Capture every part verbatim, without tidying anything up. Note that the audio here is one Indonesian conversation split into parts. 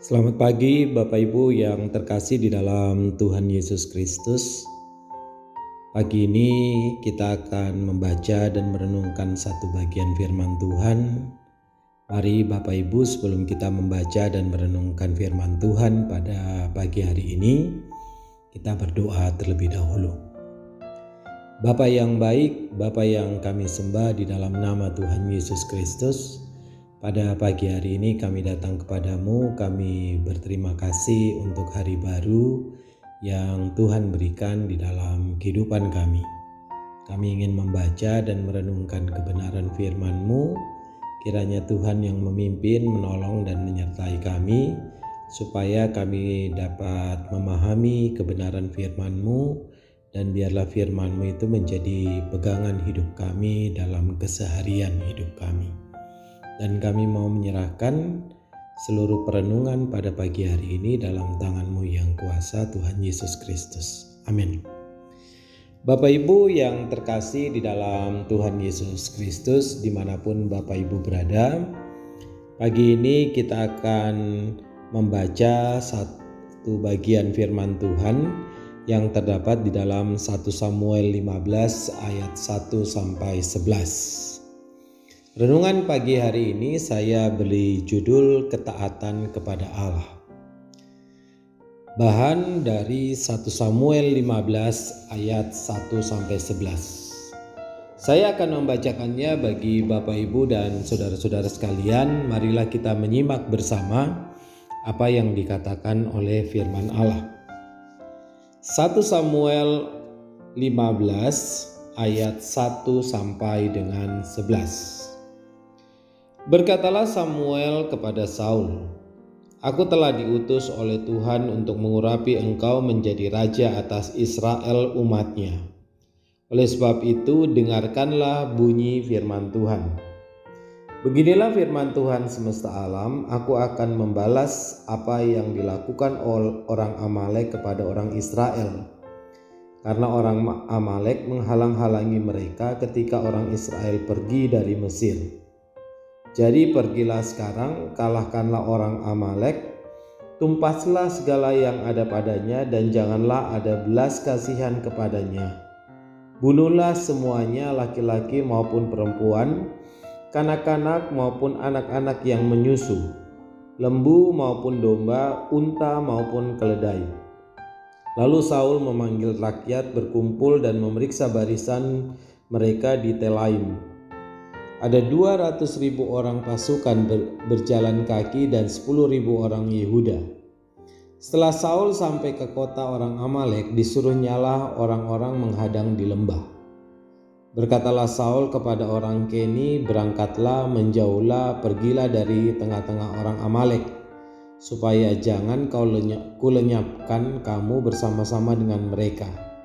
Selamat pagi Bapak Ibu yang terkasih di dalam Tuhan Yesus Kristus. Pagi ini kita akan membaca dan merenungkan satu bagian firman Tuhan. Mari Bapak Ibu, sebelum kita membaca dan merenungkan firman Tuhan pada pagi hari ini, kita berdoa terlebih dahulu. Bapa yang baik, Bapa yang kami sembah di dalam nama Tuhan Yesus Kristus, pada pagi hari ini kami datang kepadamu, kami berterima kasih untuk hari baru yang Tuhan berikan di dalam kehidupan kami. Kami ingin membaca dan merenungkan kebenaran firman-Mu, kiranya Tuhan yang memimpin, menolong dan menyertai kami, supaya kami dapat memahami kebenaran firman-Mu, dan biarlah firman-Mu itu menjadi pegangan hidup kami dalam keseharian hidup kami. Dan kami mau menyerahkan seluruh perenungan pada pagi hari ini dalam tangan-Mu yang kuasa, Tuhan Yesus Kristus. Amin. Bapak Ibu yang terkasih di dalam Tuhan Yesus Kristus, dimanapun Bapak Ibu berada, pagi ini kita akan membaca satu bagian firman Tuhan yang terdapat di dalam satu Samuel lima belas ayat satu sampai sebelas. Renungan pagi hari ini saya beri judul ketaatan kepada Allah. Bahan dari satu Samuel lima belas ayat satu sampai sebelas. Saya akan membacakannya bagi Bapak Ibu dan saudara-saudara sekalian. Marilah kita menyimak bersama apa yang dikatakan oleh firman Allah. satu Samuel lima belas ayat satu sampai dengan sebelas. Berkatalah Samuel kepada Saul, "Aku telah diutus oleh Tuhan untuk mengurapi engkau menjadi raja atas Israel umatnya. Oleh sebab itu dengarkanlah bunyi firman Tuhan. Beginilah firman Tuhan semesta alam, aku akan membalas apa yang dilakukan oleh orang Amalek kepada orang Israel. Karena orang Amalek menghalang-halangi mereka ketika orang Israel pergi dari Mesir. Jadi pergilah sekarang, kalahkanlah orang Amalek, tumpaslah segala yang ada padanya dan janganlah ada belas kasihan kepadanya. Bunuhlah semuanya, laki-laki maupun perempuan, kanak-kanak maupun anak-anak yang menyusu, lembu maupun domba, unta maupun keledai." Lalu Saul memanggil rakyat berkumpul dan memeriksa barisan mereka di Telaim. Ada dua ratus ribu orang pasukan ber, berjalan kaki dan sepuluh ribu orang Yehuda. Setelah Saul sampai ke kota orang Amalek, disuruhnyalah orang-orang menghadang di lembah. Berkatalah Saul kepada orang Keni, "Berangkatlah, menjauhlah, pergilah dari tengah-tengah orang Amalek, supaya jangan kau lenyap, kulenyapkan kamu bersama-sama dengan mereka.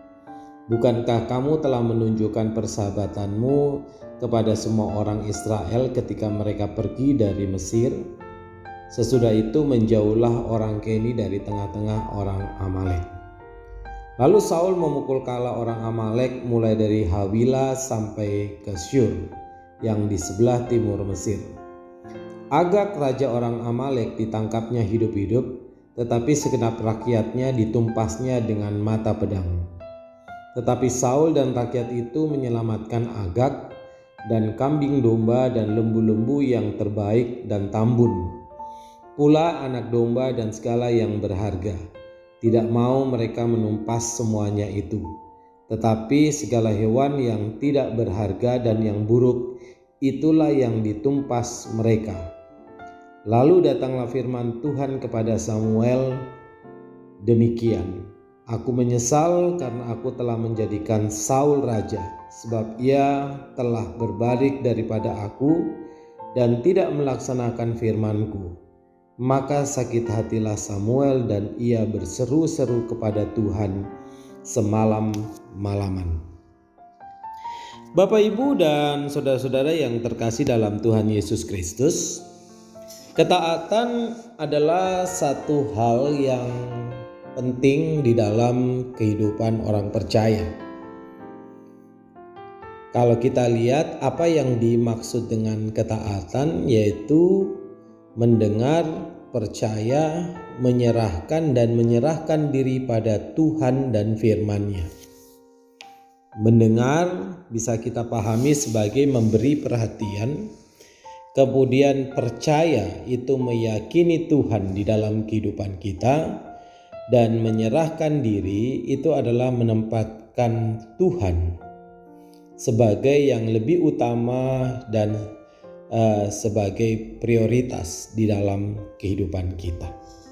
Bukankah kamu telah menunjukkan persahabatanmu kepada semua orang Israel ketika mereka pergi dari Mesir?" Sesudah itu menjauhlah orang Keni dari tengah-tengah orang Amalek. Lalu Saul memukul kala orang Amalek mulai dari Hawila sampai ke Syur yang di sebelah timur Mesir. Agag raja orang Amalek ditangkapnya hidup-hidup, tetapi segenap rakyatnya ditumpasnya dengan mata pedang. Tetapi Saul dan rakyat itu menyelamatkan Agag dan kambing domba dan lembu-lembu yang terbaik dan tambun, pula anak domba dan segala yang berharga. Tidak mau mereka menumpas semuanya itu, tetapi segala hewan yang tidak berharga dan yang buruk, itulah yang ditumpas mereka. Lalu datanglah firman Tuhan kepada Samuel demikian, "Aku menyesal karena aku telah menjadikan Saul raja, sebab ia telah berbalik daripada aku dan tidak melaksanakan firman-Ku." Maka sakit hatilah Samuel dan ia berseru-seru kepada Tuhan semalam-malaman. Bapak, Ibu dan saudara-saudara yang terkasih dalam Tuhan Yesus Kristus, ketaatan adalah satu hal yang penting di dalam kehidupan orang percaya. Kalau kita lihat apa yang dimaksud dengan ketaatan, yaitu mendengar percaya, menyerahkan dan menyerahkan diri pada Tuhan dan firman-Nya. Mendengar bisa kita pahami sebagai memberi perhatian, kemudian percaya itu meyakini Tuhan di dalam kehidupan kita, dan menyerahkan diri itu adalah menempatkan Tuhan sebagai yang lebih utama dan uh, sebagai prioritas di dalam kehidupan kita.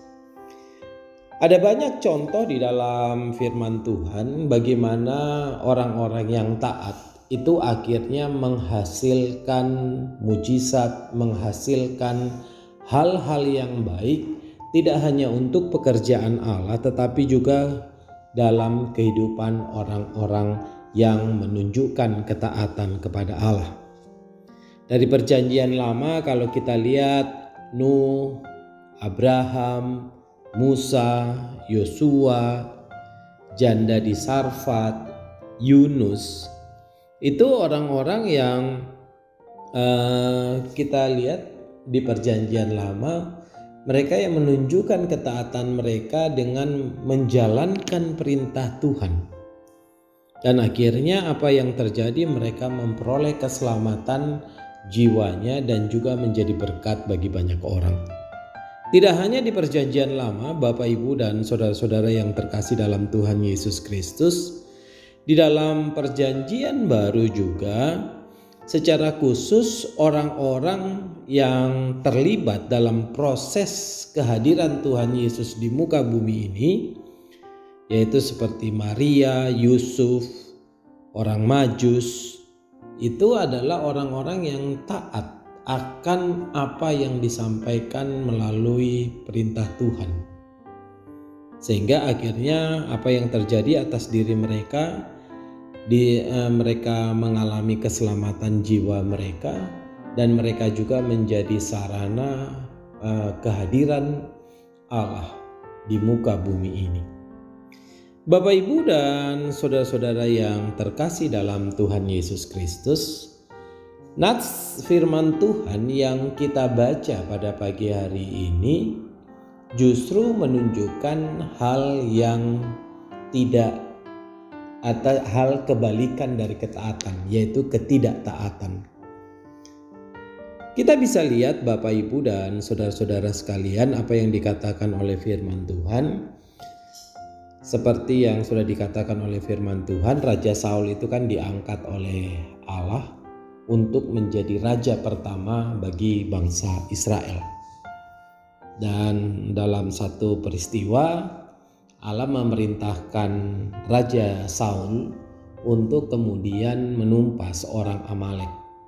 Ada banyak contoh di dalam firman Tuhan bagaimana orang-orang yang taat itu akhirnya menghasilkan mujizat, menghasilkan hal-hal yang baik, tidak hanya untuk pekerjaan Allah tetapi juga dalam kehidupan orang-orang yang menunjukkan ketaatan kepada Allah. Dari perjanjian lama kalau kita lihat Nuh, Abraham, Musa, Yosua, janda di Sarfat, Yunus, itu orang-orang yang uh, kita lihat di perjanjian lama, mereka yang menunjukkan ketaatan mereka dengan menjalankan perintah Tuhan. Dan akhirnya apa yang terjadi, mereka memperoleh keselamatan jiwanya dan juga menjadi berkat bagi banyak orang. Tidak hanya di perjanjian lama, Bapak Ibu dan saudara-saudara yang terkasih dalam Tuhan Yesus Kristus, di dalam perjanjian baru juga secara khusus orang-orang yang terlibat dalam proses kehadiran Tuhan Yesus di muka bumi ini, yaitu seperti Maria, Yusuf, orang Majus, itu adalah orang-orang yang taat akan apa yang disampaikan melalui perintah Tuhan. Sehingga akhirnya apa yang terjadi atas diri mereka, di, eh, mereka mengalami keselamatan jiwa mereka, dan mereka juga menjadi sarana eh, kehadiran Allah di muka bumi ini. Bapak, Ibu, dan saudara-saudara yang terkasih dalam Tuhan Yesus Kristus, nats firman Tuhan yang kita baca pada pagi hari ini justru menunjukkan hal yang tidak atau hal kebalikan dari ketaatan, yaitu ketidaktaatan. Kita bisa lihat Bapak, Ibu, dan saudara-saudara sekalian apa yang dikatakan oleh firman Tuhan. Seperti yang sudah dikatakan oleh firman Tuhan, Raja Saul itu kan diangkat oleh Allah untuk menjadi raja pertama bagi bangsa Israel. Dan dalam satu peristiwa Allah memerintahkan Raja Saul untuk kemudian menumpas orang Amalek.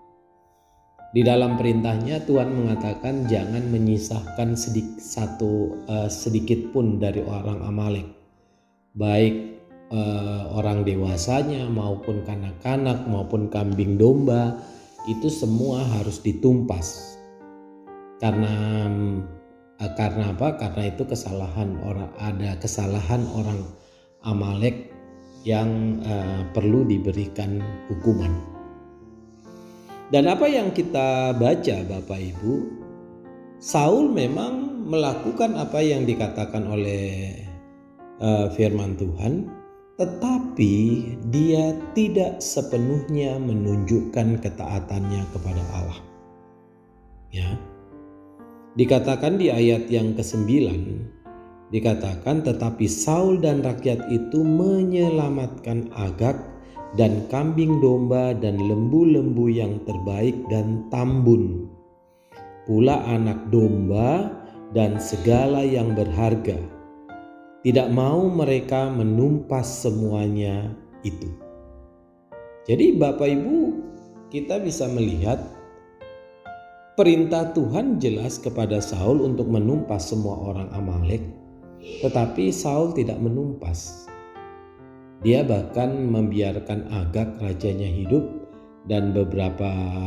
Di dalam perintahnya Tuhan mengatakan jangan menyisahkan sedikit, satu uh, sedikit pun dari orang Amalek, baik uh, orang dewasanya maupun kanak-kanak maupun kambing domba, itu semua harus ditumpas. Karena uh, karena apa? Karena itu kesalahan orang, ada kesalahan orang Amalek yang uh, perlu diberikan hukuman. Dan apa yang kita baca Bapak Ibu, Saul memang melakukan apa yang dikatakan oleh uh, firman Tuhan, tetapi dia tidak sepenuhnya menunjukkan ketaatannya kepada Allah. Ya. Dikatakan di ayat yang kesembilan, dikatakan tetapi Saul dan rakyat itu menyelamatkan Agag dan kambing domba dan lembu-lembu yang terbaik dan tambun, pula anak domba dan segala yang berharga. Tidak mau mereka menumpas semuanya itu. Jadi Bapak Ibu, kita bisa melihat perintah Tuhan jelas kepada Saul untuk menumpas semua orang Amalek, tetapi Saul tidak menumpas. Dia bahkan membiarkan Agag rajanya hidup, dan beberapa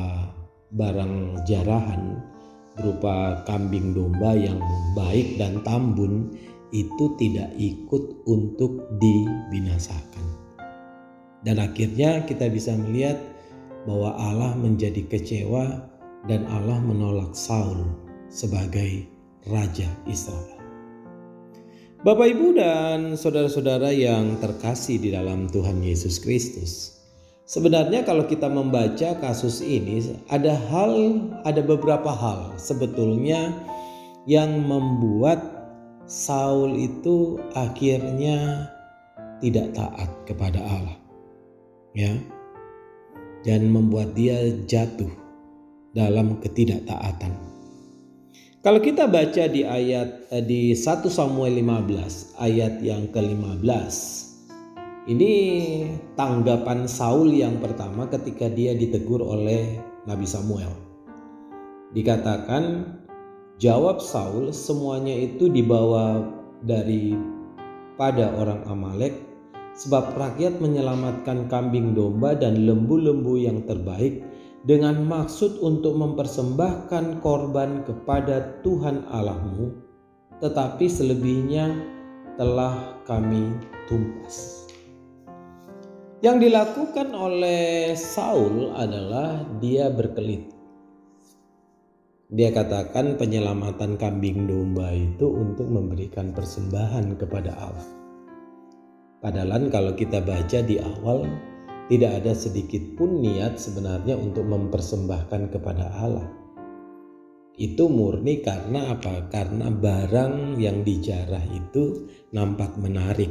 barang jarahan berupa kambing domba yang baik dan tambun itu tidak ikut untuk dibinasakan. Dan akhirnya kita bisa melihat bahwa Allah menjadi kecewa dan Allah menolak Saul sebagai Raja Israel. Bapak, Ibu, dan saudara-saudara yang terkasih di dalam Tuhan Yesus Kristus, sebenarnya kalau kita membaca kasus ini, ada hal, ada beberapa hal sebetulnya yang membuat Saul itu akhirnya tidak taat kepada Allah, ya, dan membuat dia jatuh dalam ketidaktaatan. Kalau kita baca di ayat di satu Samuel lima belas ayat yang ke lima belas, ini tanggapan Saul yang pertama ketika dia ditegur oleh Nabi Samuel. Dikatakan, jawab Saul, semuanya itu dibawa daripada orang Amalek, sebab rakyat menyelamatkan kambing domba dan lembu-lembu yang terbaik dengan maksud untuk mempersembahkan korban kepada Tuhan Allahmu, tetapi selebihnya telah kami tumpas. Yang dilakukan oleh Saul adalah dia berkelit. Dia katakan penyelamatan kambing domba itu untuk memberikan persembahan kepada Allah. Padahal kalau kita baca di awal, tidak ada sedikit pun niat sebenarnya untuk mempersembahkan kepada Allah. Itu murni karena apa? Karena barang yang dijarah itu nampak menarik,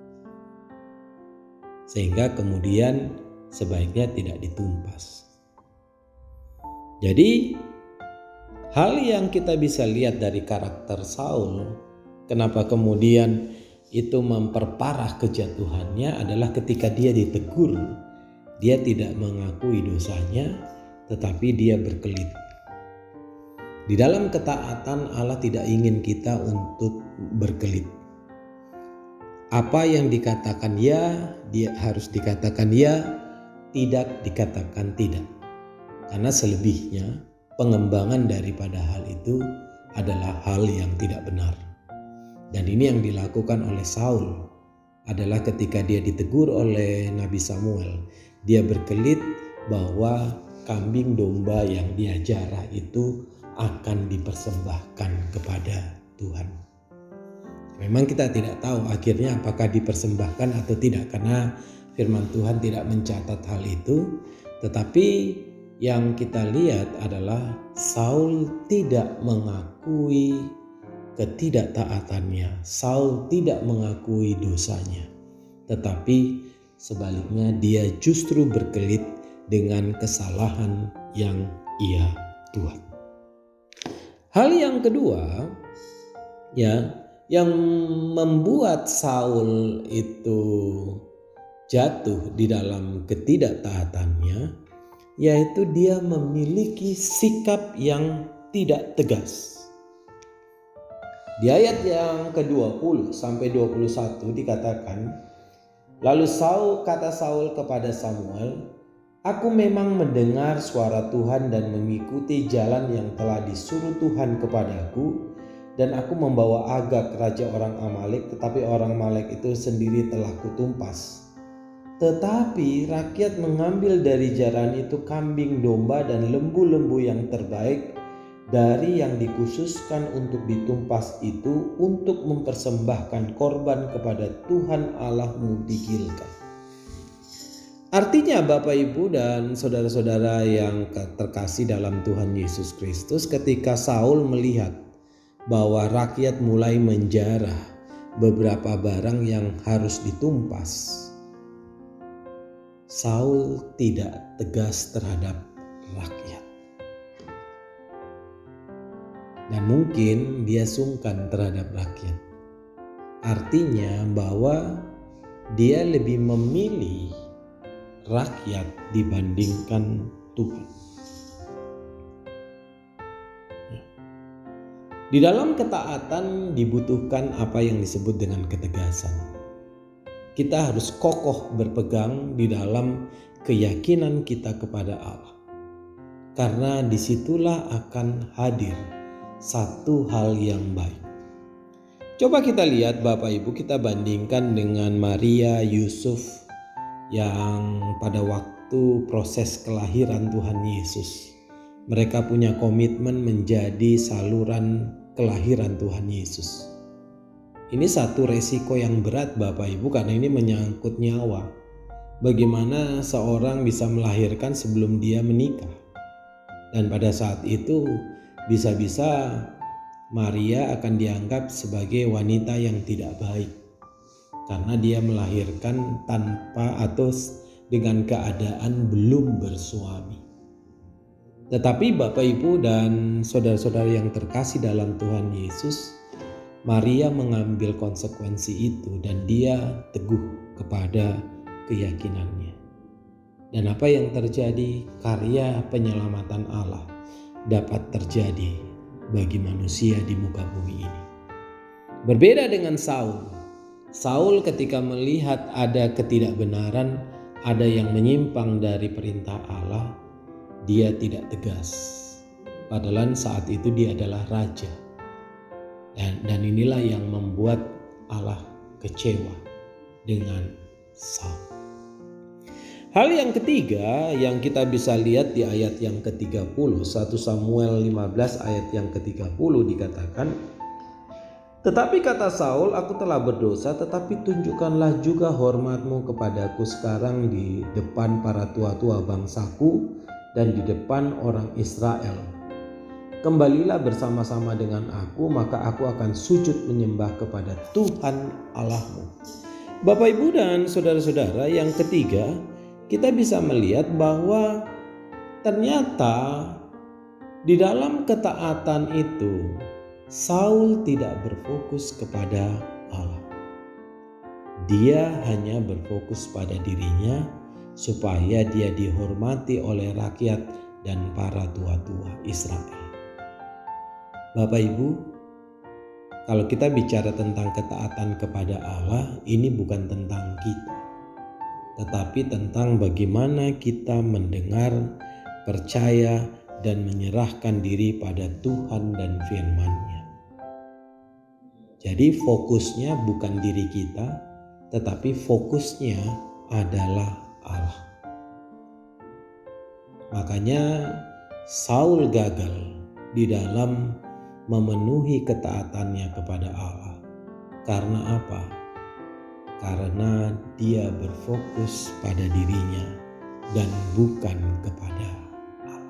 sehingga kemudian sebaiknya tidak ditumpas. Jadi hal yang kita bisa lihat dari karakter Saul, kenapa kemudian itu memperparah kejatuhannya adalah ketika dia ditegur, dia tidak mengakui dosanya, tetapi dia berkelit. Di dalam ketaatan Allah tidak ingin kita untuk berkelit. Apa yang dikatakan ya, dia harus dikatakan ya, tidak dikatakan tidak. Karena selebihnya pengembangan daripada hal itu adalah hal yang tidak benar. Dan ini yang dilakukan oleh Saul adalah ketika dia ditegur oleh Nabi Samuel, dia berkelit bahwa kambing domba yang dia jarah itu akan dipersembahkan kepada Tuhan. Memang kita tidak tahu akhirnya apakah dipersembahkan atau tidak, karena firman Tuhan tidak mencatat hal itu. Tetapi yang kita lihat adalah Saul tidak mengakui ketidaktaatannya. Saul tidak mengakui dosanya, tetapi sebaliknya dia justru berkelit dengan kesalahan yang ia buat. Hal yang kedua, ya, yang membuat Saul itu jatuh di dalam ketidaktaatannya, yaitu dia memiliki sikap yang tidak tegas. Di ayat yang ke dua puluh sampai dua puluh satu dikatakan, lalu Saul kata Saul kepada Samuel, aku memang mendengar suara Tuhan dan mengikuti jalan yang telah disuruh Tuhan kepadaku, dan aku membawa Agag raja orang Amalek, tetapi orang Amalek itu sendiri telah kutumpas. Tetapi rakyat mengambil dari jaran itu kambing domba dan lembu-lembu yang terbaik dari yang dikhususkan untuk ditumpas itu untuk mempersembahkan korban kepada Tuhan Allahmu di Gilgal. Artinya Bapak, Ibu, dan saudara-saudara yang terkasih dalam Tuhan Yesus Kristus, ketika Saul melihat bahwa rakyat mulai menjarah beberapa barang yang harus ditumpas, Saul tidak tegas terhadap rakyat. Dan mungkin dia sungkan terhadap rakyat. Artinya bahwa dia lebih memilih rakyat dibandingkan Tuhan. Di dalam ketaatan dibutuhkan apa yang disebut dengan ketegasan. Kita harus kokoh berpegang di dalam keyakinan kita kepada Allah. Karena disitulah akan hadir satu hal yang baik. Coba kita lihat Bapak Ibu, kita bandingkan dengan Maria Yusuf yang pada waktu proses kelahiran Tuhan Yesus, mereka punya komitmen menjadi saluran kelahiran Tuhan Yesus. Ini satu resiko yang berat Bapak Ibu, karena ini menyangkut nyawa. Bagaimana seorang bisa melahirkan sebelum dia menikah. Dan pada saat itu bisa-bisa Maria akan dianggap sebagai wanita yang tidak baik, karena dia melahirkan tanpa atau dengan keadaan belum bersuami. Tetapi Bapak Ibu dan saudara-saudara yang terkasih dalam Tuhan Yesus, Maria mengambil konsekuensi itu dan dia teguh kepada keyakinannya. Dan apa yang terjadi? Karya penyelamatan Allah dapat terjadi bagi manusia di muka bumi ini. Berbeda dengan Saul. Saul ketika melihat ada ketidakbenaran, ada yang menyimpang dari perintah Allah, dia tidak tegas. Padahal saat itu dia adalah raja. Dan, dan inilah yang membuat Allah kecewa dengan Saul. Hal yang ketiga yang kita bisa lihat di ayat yang ketiga puluh, satu Samuel lima belas ayat yang ketiga puluh dikatakan, "Tetapi kata Saul, aku telah berdosa, tetapi tunjukkanlah juga hormatmu kepadaku sekarang di depan para tua-tua bangsaku dan di depan orang Israel. Kembalilah bersama-sama dengan aku, maka aku akan sujud menyembah kepada Tuhan Allahmu." Bapak Ibu dan saudara-saudara, yang ketiga, kita bisa melihat bahwa ternyata di dalam ketaatan itu Saul tidak berfokus kepada Allah. Dia hanya berfokus pada dirinya supaya dia dihormati oleh rakyat dan para tua-tua Israel. Bapak Ibu, kalau kita bicara tentang ketaatan kepada Allah, ini bukan tentang kita, tetapi tentang bagaimana kita mendengar, percaya, dan menyerahkan diri pada Tuhan dan firman-Nya. Jadi fokusnya bukan diri kita, tetapi fokusnya adalah Allah. Makanya Saul gagal di dalam memenuhi ketaatannya kepada Allah. Karena apa? Karena dia berfokus pada dirinya dan bukan kepada Allah.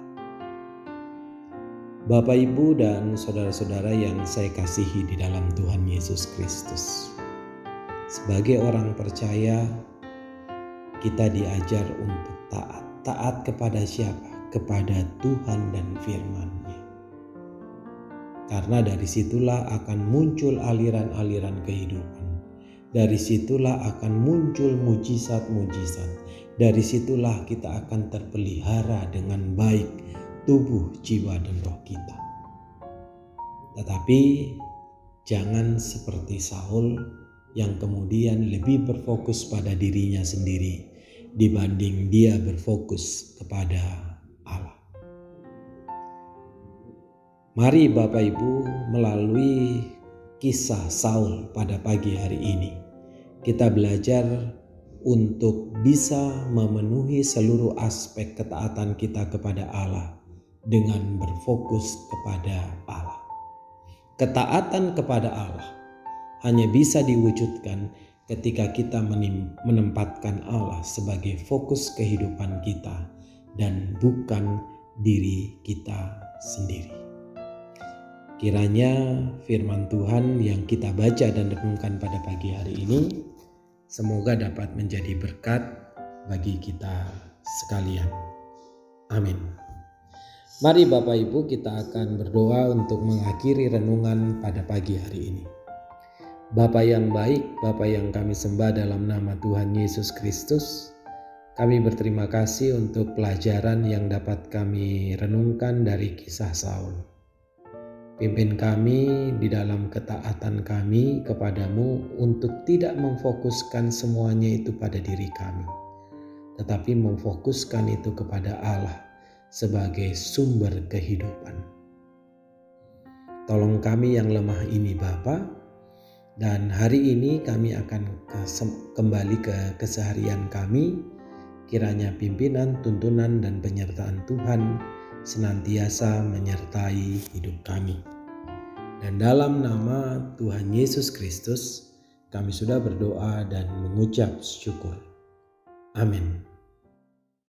Bapak, Ibu, dan saudara-saudara yang saya kasihi di dalam Tuhan Yesus Kristus, sebagai orang percaya kita diajar untuk taat. Taat kepada siapa? Kepada Tuhan dan firman-Nya. Karena dari situlah akan muncul aliran-aliran kehidupan. Dari situlah akan muncul mujizat-mujizat. Dari situlah kita akan terpelihara dengan baik tubuh, jiwa, dan roh kita. Tetapi jangan seperti Saul yang kemudian lebih berfokus pada dirinya sendiri dibanding dia berfokus kepada Allah. Mari Bapak Ibu, melalui kisah Saul pada pagi hari ini, kita belajar untuk bisa memenuhi seluruh aspek ketaatan kita kepada Allah dengan berfokus kepada Allah. Ketaatan kepada Allah hanya bisa diwujudkan ketika kita menempatkan Allah sebagai fokus kehidupan kita dan bukan diri kita sendiri. Kiranya firman Tuhan yang kita baca dan renungkan pada pagi hari ini semoga dapat menjadi berkat bagi kita sekalian. Amin. Mari Bapak Ibu, kita akan berdoa untuk mengakhiri renungan pada pagi hari ini. Bapa yang baik, Bapa yang kami sembah dalam nama Tuhan Yesus Kristus, kami berterima kasih untuk pelajaran yang dapat kami renungkan dari kisah Saul. Pimpin kami di dalam ketaatan kami kepadamu untuk tidak memfokuskan semuanya itu pada diri kami, tetapi memfokuskan itu kepada Allah sebagai sumber kehidupan. Tolong kami yang lemah ini Bapa, dan hari ini kami akan kembali ke keseharian kami. Kiranya pimpinan, tuntunan, dan penyertaan Tuhan senantiasa menyertai hidup kami. Dan dalam nama Tuhan Yesus Kristus kami sudah berdoa dan mengucap syukur. Amin.